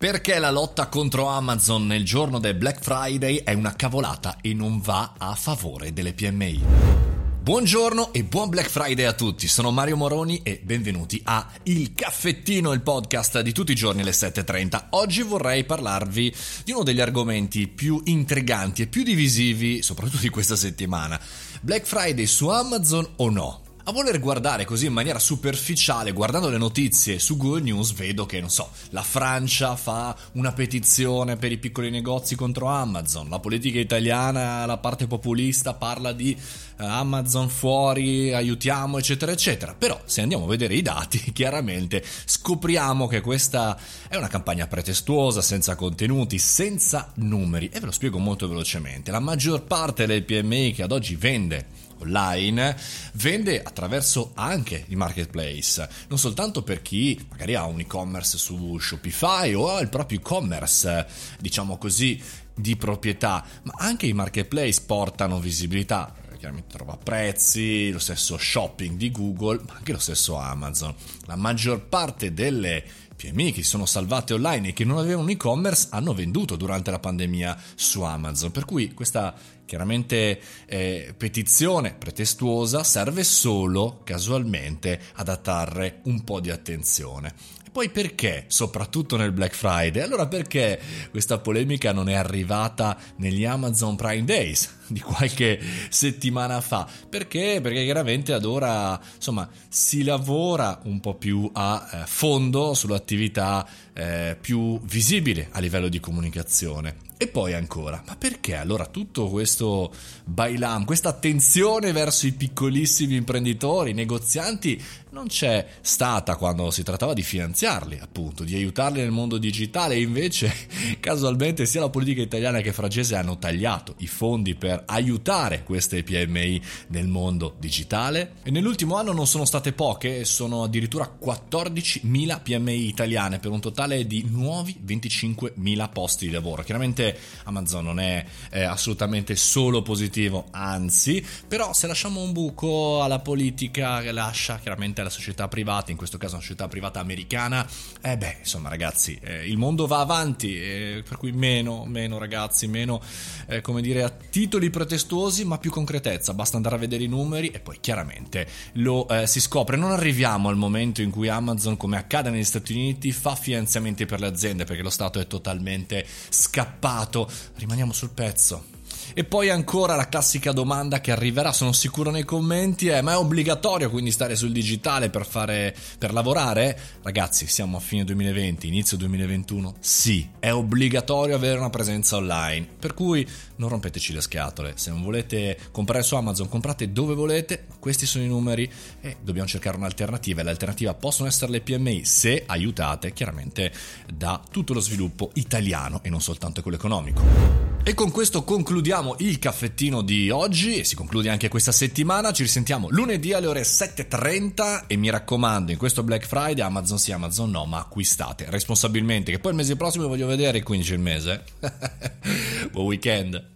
Perché la lotta contro Amazon nel giorno del Black Friday è una cavolata e non va a favore delle PMI. Buongiorno e buon Black Friday a tutti, sono Mario Moroni e benvenuti a Il Caffettino, il podcast di tutti i giorni alle 7:30. Oggi vorrei parlarvi di uno degli argomenti più intriganti e più divisivi, soprattutto di questa settimana. Black Friday su Amazon o no? A voler guardare così in maniera superficiale, guardando le notizie su Google News, vedo che, la Francia fa una petizione per i piccoli negozi contro Amazon, la politica italiana, la parte populista parla di Amazon fuori, aiutiamo, eccetera, eccetera. Però, se andiamo a vedere i dati, chiaramente scopriamo che questa è una campagna pretestuosa, senza contenuti, senza numeri, e ve lo spiego molto velocemente. La maggior parte del PMI che ad oggi vende online vende attraverso anche i marketplace, non soltanto per chi magari ha un e-commerce su Shopify o ha il proprio e-commerce, diciamo così, di proprietà, ma anche i marketplace portano visibilità. Chiaramente trova prezzi, lo stesso shopping di Google, ma anche lo stesso Amazon. La maggior parte delle PMI che si sono salvate online e che non avevano un e-commerce hanno venduto durante la pandemia su Amazon, per cui questa chiaramente petizione pretestuosa serve solo casualmente ad attrarre un po' di attenzione. E poi perché, soprattutto nel Black Friday? Allora perché questa polemica non è arrivata negli Amazon Prime Days di qualche settimana fa? Perché chiaramente ad ora si lavora un po' più a fondo sull'attività più visibile a livello di comunicazione. E poi ancora, ma perché allora tutto questo bailam, questa attenzione verso i piccolissimi imprenditori, i negozianti, non c'è stata quando si trattava di finanziarli, appunto, di aiutarli nel mondo digitale? E invece casualmente sia la politica italiana che francese hanno tagliato i fondi per aiutare queste PMI nel mondo digitale, e nell'ultimo anno non sono state poche, sono addirittura 14.000 PMI italiane per un totale di nuovi 25.000 posti di lavoro. Chiaramente Amazon non è assolutamente solo positivo, anzi, però se lasciamo un buco alla politica che lascia chiaramente alla società privata, in questo caso una società privata americana, ragazzi, il mondo va avanti, per cui meno ragazzi, meno a titoli pretestuosi, ma più concretezza. Basta andare a vedere i numeri e poi chiaramente lo si scopre. Non arriviamo al momento in cui Amazon, come accade negli Stati Uniti, fa finanziamenti per le aziende perché lo Stato è totalmente scappato. Rimaniamo sul pezzo. E poi ancora la classica domanda che arriverà, sono sicuro, nei commenti è: ma è obbligatorio quindi stare sul digitale per lavorare? Ragazzi, siamo a fine 2020, inizio 2021, sì, è obbligatorio avere una presenza online, per cui non rompeteci le scatole. Se non volete comprare su Amazon, comprate dove volete, questi sono i numeri e dobbiamo cercare un'alternativa, e l'alternativa possono essere le PMI, se aiutate chiaramente da tutto lo sviluppo italiano e non soltanto quello economico. E con questo concludiamo il caffettino di oggi e si conclude anche questa settimana. Ci risentiamo lunedì alle ore 7:30 e mi raccomando, in questo Black Friday Amazon sì, Amazon no, ma acquistate responsabilmente, che poi il mese prossimo voglio vedere il 15 il mese. Buon weekend.